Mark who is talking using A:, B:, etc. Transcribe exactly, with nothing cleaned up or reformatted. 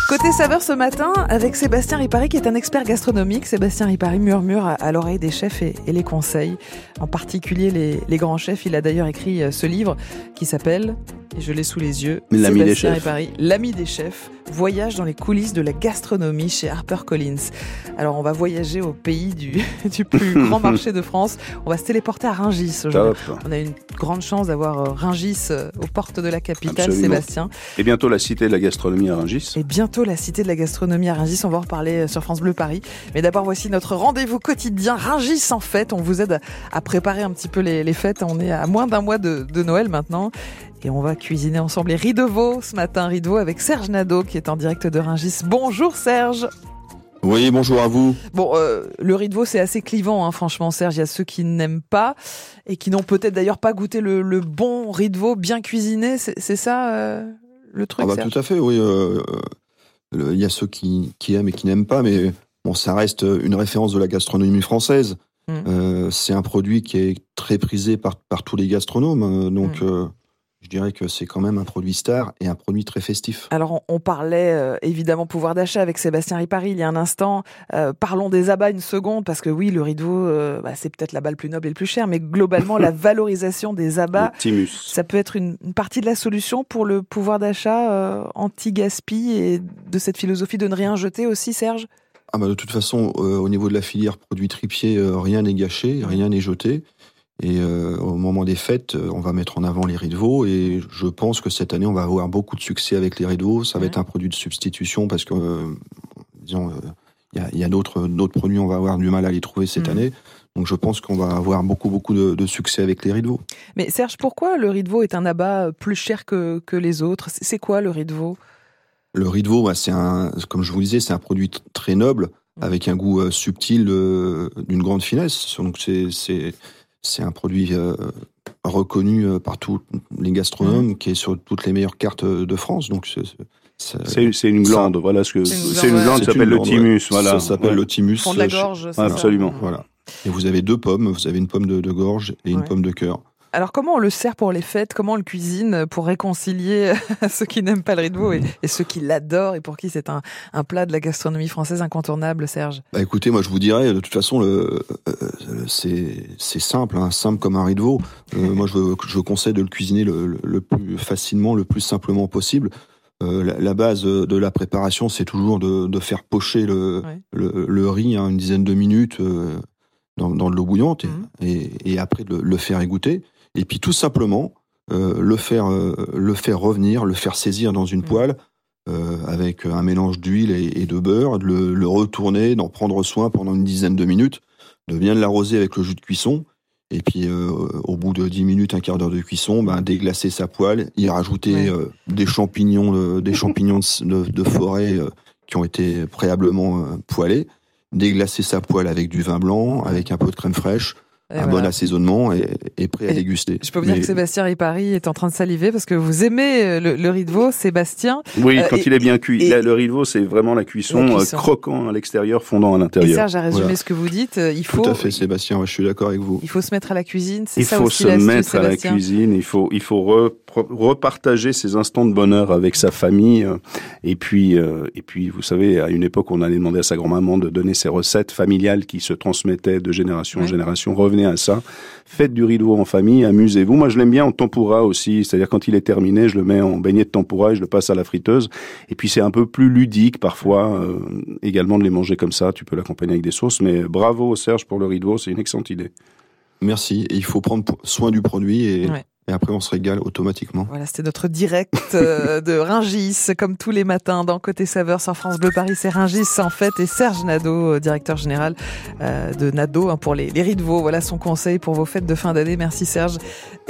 A: Côté saveur ce matin, avec Sébastien Ripari qui est un expert gastronomique. Sébastien Ripari murmure à l'oreille des chefs et, et les conseils, en particulier les, les grands chefs. Il a d'ailleurs écrit ce livre qui s'appelle, et je l'ai sous les yeux,
B: L'ami des chefs.
A: Ripari, L'ami des chefs, voyage dans les coulisses de la gastronomie chez HarperCollins. Alors on va voyager au pays du, du plus grand marché de France. On va se téléporter à Rungis aujourd'hui.
B: Top.
A: On a une grande chance d'avoir Rungis aux portes de la capitale.
B: Absolument.
A: Sébastien.
B: Et bientôt la cité de la gastronomie à Rungis.
A: Et bientôt la cité de la gastronomie à Rungis. On va en reparler sur France Bleu Paris. Mais d'abord, voici notre rendez-vous quotidien. Rungis en fête. On vous aide à préparer un petit peu les, les fêtes. On est à moins d'un mois de, de Noël maintenant. Et on va cuisiner ensemble les riz de veau ce matin. Riz de veau avec Serge Nadeau qui est en direct de Rungis. Bonjour Serge.
C: Oui, bonjour à vous.
A: Bon, euh, le riz de veau, c'est assez clivant, hein, franchement, Serge. Il y a ceux qui n'aiment pas et qui n'ont peut-être d'ailleurs pas goûté le, le bon riz de veau bien cuisiné. C'est, c'est ça euh, le truc,
C: Ah bah,
A: Serge ?
C: tout à fait, oui. Euh, le, il y a ceux qui, qui aiment et qui n'aiment pas, mais bon, ça reste une référence de la gastronomie française. Mmh. Euh, c'est un produit qui est très prisé par, par tous les gastronomes, donc... Mmh. Euh, Je dirais que c'est quand même un produit star et un produit très festif.
A: Alors, on, on parlait euh, évidemment pouvoir d'achat avec Sébastien Ripari il y a un instant. Euh, parlons des abats une seconde, parce que oui, le riz de veau, euh, bah, c'est peut-être l'abat le plus noble et le plus cher, mais globalement, la valorisation des abats, ça peut être une, une partie de la solution pour le pouvoir d'achat euh, anti-gaspi et de cette philosophie de ne rien jeter aussi, Serge ?
C: Ah bah de toute façon, euh, au niveau de la filière produits tripiers, euh, rien n'est gâché, rien n'est jeté. Et euh, au moment des fêtes, on va mettre en avant les riz de veau et je pense que cette année, on va avoir beaucoup de succès avec les riz de veau. Ça va ouais. être un produit de substitution parce que, euh, disons, il euh, y a, y a d'autres, d'autres produits, on va avoir du mal à les trouver cette mmh. année. Donc je pense qu'on va avoir beaucoup, beaucoup de, de succès avec les riz de veau.
A: Mais Serge, pourquoi le riz de veau est un abat plus cher que, que les autres ? C'est quoi le riz de veau ?
C: Le riz de veau, bah, c'est un, comme je vous le disais, c'est un produit t- très noble mmh. avec un goût euh, subtil euh, d'une grande finesse. Donc c'est... c'est C'est un produit euh, reconnu par tous les gastronomes, mmh. qui est sur toutes les meilleures cartes de France. Donc c'est,
B: c'est, c'est, c'est une glande, ça, voilà ce que
A: c'est une glande,
B: c'est une glande qui s'appelle le thymus. Voilà,
C: ça s'appelle ouais. le thymus.
A: Fond de la gorge, c'est
B: absolument.
A: Ça.
C: Voilà. Et vous avez deux pommes. Vous avez une pomme de, de gorge et une ouais. pomme de cœur.
A: Alors comment on le sert pour les fêtes ? Comment on le cuisine pour réconcilier ceux qui n'aiment pas le riz de veau et, et ceux qui l'adorent et pour qui c'est un, un plat de la gastronomie française incontournable, Serge ?
C: Bah écoutez, moi je vous dirais, de toute façon, le, euh, c'est, c'est simple, hein, simple comme un riz de veau. Euh, moi je, je conseille de le cuisiner le, le, le plus facilement, le plus simplement possible. Euh, la, la base de la préparation, c'est toujours de, de faire pocher le, ouais. le, le riz hein, une dizaine de minutes euh, dans, dans de l'eau bouillante mmh. et, et après de le, le faire égoutter. Et puis tout simplement, euh, le, faire, euh, le faire revenir, le faire saisir dans une mmh. poêle euh, avec un mélange d'huile et, et de beurre, de le, le retourner, d'en prendre soin pendant une dizaine de minutes, de bien l'arroser avec le jus de cuisson. Et puis euh, au bout de dix minutes, un quart d'heure de cuisson, ben, déglacer sa poêle, y rajouter mmh. euh, des champignons, euh, des champignons de, de, de forêt euh, qui ont été préalablement euh, poêlés, déglacer sa poêle avec du vin blanc, avec un peu de crème fraîche, Et un voilà. bon assaisonnement et, et prêt à et déguster.
A: Je peux vous dire Mais... que Sébastien Ripari est en train de saliver parce que vous aimez le, le riz de veau, Sébastien.
B: Oui, quand euh, il est bien cuit. Et... Le riz de veau, c'est vraiment la cuisson, la cuisson. Euh, croquant à l'extérieur, fondant à l'intérieur.
A: Et Serge a résumé voilà. ce que vous dites. Il faut...
C: Tout à fait, Sébastien, ouais, je suis d'accord avec vous.
A: Il faut se mettre à la cuisine, c'est
B: il
A: ça
B: faut
A: aussi
B: se
A: l'astuce,
B: mettre à la cuisine, il faut, il faut re, repartager ces instants de bonheur avec sa famille. Et puis, euh, et puis, vous savez, à une époque, on allait demander à sa grand-maman de donner ses recettes familiales qui se transmettaient de génération ouais. en génération. Revenez à ça. Faites du riz de veau en famille, amusez-vous. Moi, je l'aime bien en tempura aussi. C'est-à-dire, quand il est terminé, je le mets en beignet de tempura et je le passe à la friteuse. Et puis, c'est un peu plus ludique, parfois, euh, également de les manger comme ça. Tu peux l'accompagner avec des sauces. Mais bravo, Serge, pour le riz de veau. C'est une excellente idée.
C: Merci. Et il faut prendre soin du produit et... Ouais. Et après, on se régale automatiquement.
A: Voilà, c'était notre direct euh, de Rungis, comme tous les matins dans Côté Saveur sur France Bleu Paris. C'est Rungis en fait et Serge Nadeau, directeur général euh, de Nadeau hein, pour les, les riz de veau. Voilà son conseil pour vos fêtes de fin d'année. Merci Serge.